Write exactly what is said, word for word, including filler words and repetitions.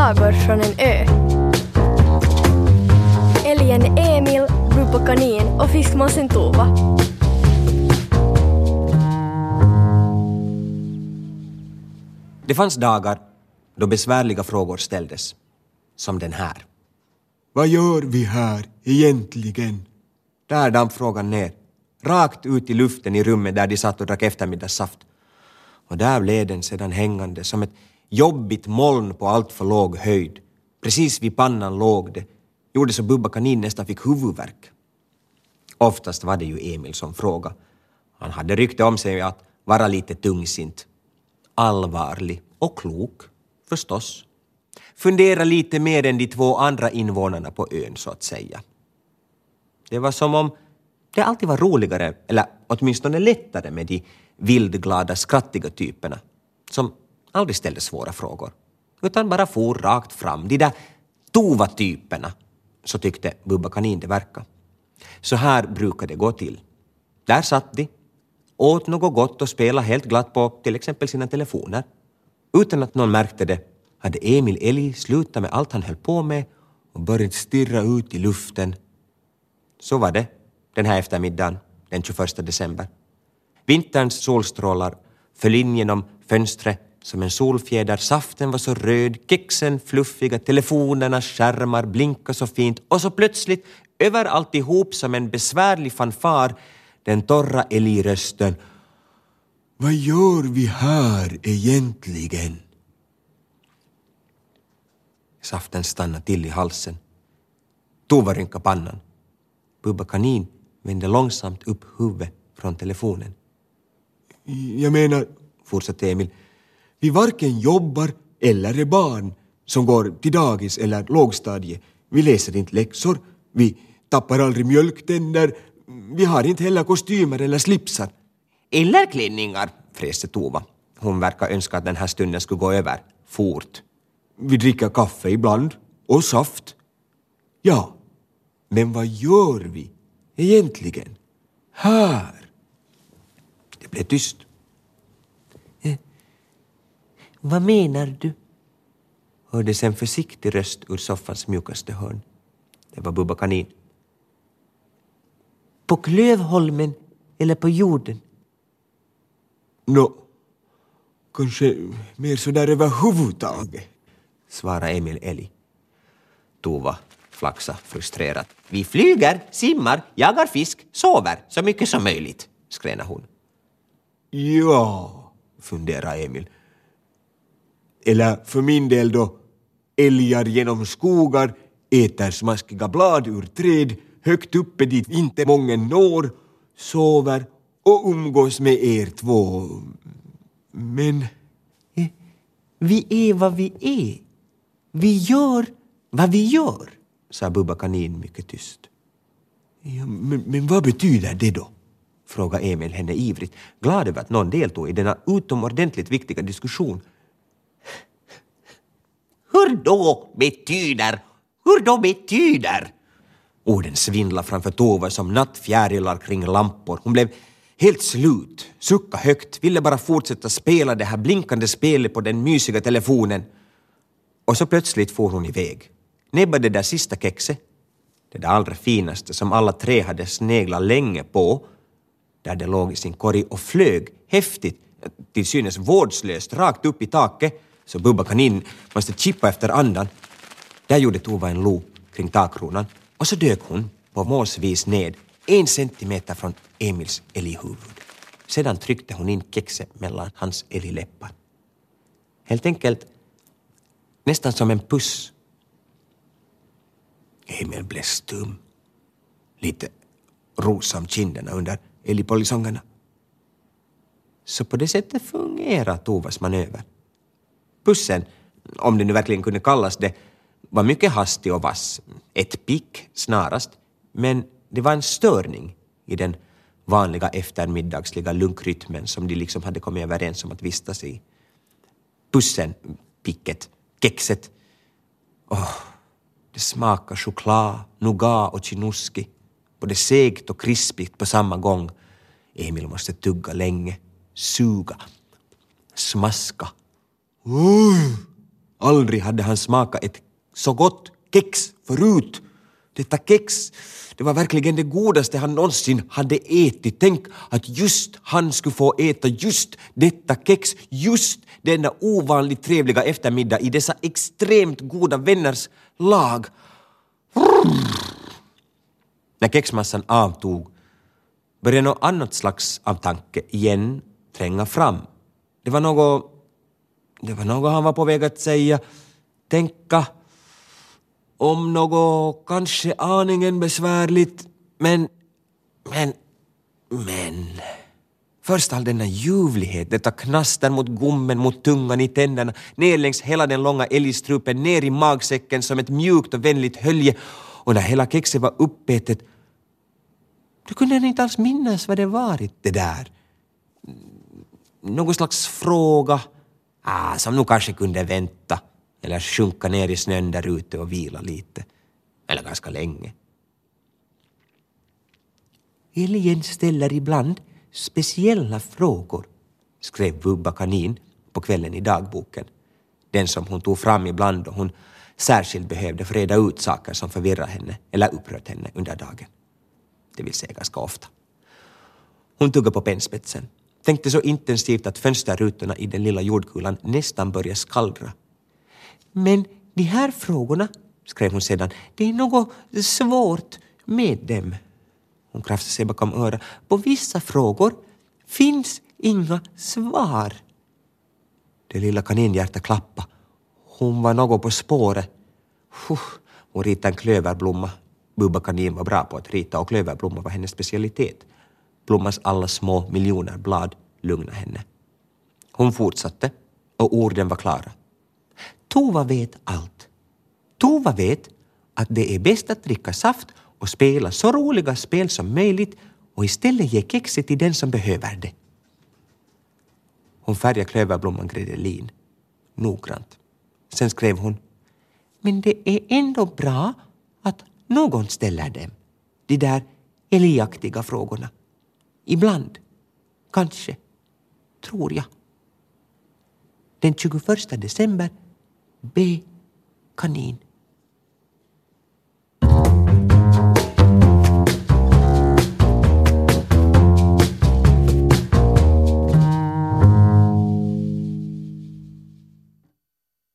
sagor från en ö. Älgen Emil, Bubba Kanin och fiskmåsen Tova. Det fanns dagar då besvärliga frågor ställdes, som den här. Vad gör vi här egentligen? Där damp frågan ner, rakt ut i luften i rummet där de satt och drack eftermiddagssaft. Och där blev den sedan hängande som ett jobbigt moln på allt för låg höjd. Precis vid pannan låg det, gjorde så Bubba Kanin nästan fick huvudvärk. Oftast var det ju Emil som frågade. Han hade rykte om sig att vara lite tungsint. Allvarlig och klok, förstås. Fundera lite mer än de två andra invånarna på ön, så att säga. Det var som om det alltid var roligare, eller åtminstone lättare med de vildglada, skrattiga typerna som aldrig ställde svåra frågor, utan bara for rakt fram. De där Tova-typerna, så tyckte Bubba Kanin det verka. Så här brukade det gå till. Där satt de, åt något gott och spelade helt glatt på till exempel sina telefoner. Utan att någon märkte det hade Emil Älg slutat med allt han höll på med och börjat stirra ut i luften. Så var det den här eftermiddagen, den tjugoförsta december. Vinterns solstrålar föll in genom fönstret som en solfjäder. Saften var så röd, kexen fluffiga, telefonernas skärmar blinkade så fint. Och så plötsligt, över alltihop som en besvärlig fanfar, den torra älgrösten. Vad gör vi här egentligen? Saften stannade till i halsen. Tova rynkade pannan. Bubba Kanin vände långsamt upp huvudet från telefonen. Jag menar, fortsatte Emil, vi varken jobbar eller är barn som går till dagis eller lågstadie. Vi läser inte läxor, vi tappar aldrig mjölktänder, vi har inte heller kostymer eller slipsar. Eller klänningar, fräste Tova. Hon verkar önska att den här stunden skulle gå över fort. Vi dricker kaffe ibland och saft. Ja, men vad gör vi egentligen här? Det blev tyst. Eh, vad menar du? Hördes en försiktig röst ur soffans mjukaste hörn. Det var Bubba Kanin. På Klövholmen eller på jorden? Nå, kanske mer så där överhuvudtaget, svarade Emil Älg. Tova flaxa frustrerat. Vi flyger, simmar, jagar fisk, sover så mycket som möjligt, skränar hon. Ja, funderar Emil. Eller för min del då, älgar genom skogar, äter smaskiga blad ur träd, högt uppe dit inte många når, sover och umgås med er två. Men... Vi är vad vi är. Vi gör vad vi gör, sa Bubba Kanin mycket tyst. Ja, men, men vad betyder det då? Frågade Emil henne ivrigt, glad över att någon deltog i denna utomordentligt viktiga diskussion. Hur då betyder? Hur då betyder? Orden svindlade framför Tova som nattfjärilar kring lampor. Hon blev helt slut, sucka högt, ville bara fortsätta spela det här blinkande spelet på den mysiga telefonen. Och så plötsligt får hon iväg. Näbbade det där sista kexet, det där allra finaste som alla tre hade sneglat länge på, där det låg i sin korg och flög häftigt, till synes vårdslöst, rakt upp i taket, så Bubba Kanin måste chippa efter andan. Där gjorde Tova en loop kring takkronan och så dök hon på målsvis ned en centimeter från Emils älghuvud. Sedan tryckte hon in kexet mellan hans älgläppar. Helt enkelt nästan som en puss. Emil blev stum. Lite rosa om kinderna under älgpolisongerna. Så på det sättet fungerar Tovas manöver. Pussen, om det nu verkligen kunde kallas det, var mycket hastig och vass. Ett pick snarast, men det var en störning i den vanliga eftermiddagsliga lunkrytmen som de liksom hade kommit överens om att vistas i. Pussen, picket, kexet. Åh, det smakar choklad, nougat och chinuski. Både segt och krispigt på samma gång. Emil måste tugga länge, suga, smaska. Oj, Aldrig hade han smakat ett så gott kex förut. Detta kex, det var verkligen det godaste han någonsin hade ätit. Tänk att just han skulle få äta just detta kex, just denna ovanligt trevliga eftermiddag i dessa extremt goda vänners lag. När kexmassan avtog började något annat slags av tanke igen tränga fram. Det var något, det var något han var på väg att säga, tänka om något kanske aningen besvärligt, men, men, men... Först all denna ljuvlighet, detta knaster mot gommen, mot tungan i tänderna, ner längs hela den långa älgstrupen, ner i magsäcken som ett mjukt och vänligt hölje. Och när hela kexet var uppätet, då kunde han inte alls minnas vad det varit det där. Någon slags fråga, ah, som nog kanske kunde vänta. Eller sjunka ner i snön där ute och vila lite. Eller ganska länge. Älgen ställer ibland speciella frågor, skrev Bubba kanin på kvällen i dagboken. Den som hon tog fram ibland och hon särskilt behövde freda ut saker som förvirrade henne eller upprört henne under dagen. Det vill säga ganska ofta. Hon tuggade på pennspetsen. Tänkte så intensivt att fönsterrutorna i den lilla jordkulan nästan började skallra. Men de här frågorna, skrev hon sedan, det är något svårt med dem. Hon krafsade sig bakom öra. På vissa frågor finns inga svar. Det lilla kaninhjärta klappa. Hon var något på spåret. Hon ritade en klöverblomma. Bubba kanin var bra på att rita och klöverblomma var hennes specialitet. Blommans alla små miljoner blad lugnade henne. Hon fortsatte och orden var klara. Tova vet allt. Tova vet att det är bäst att dricka saft och spela så roliga spel som möjligt och istället ge kexet till den som behöver det. Hon färgade klöverblomman gredelin. Noggrant. Sen skrev hon. Men det är ändå bra att någon ställer dem. De där älgaktiga frågorna. Ibland. Kanske. Tror jag. Den tjugoförsta december. B. Kanin.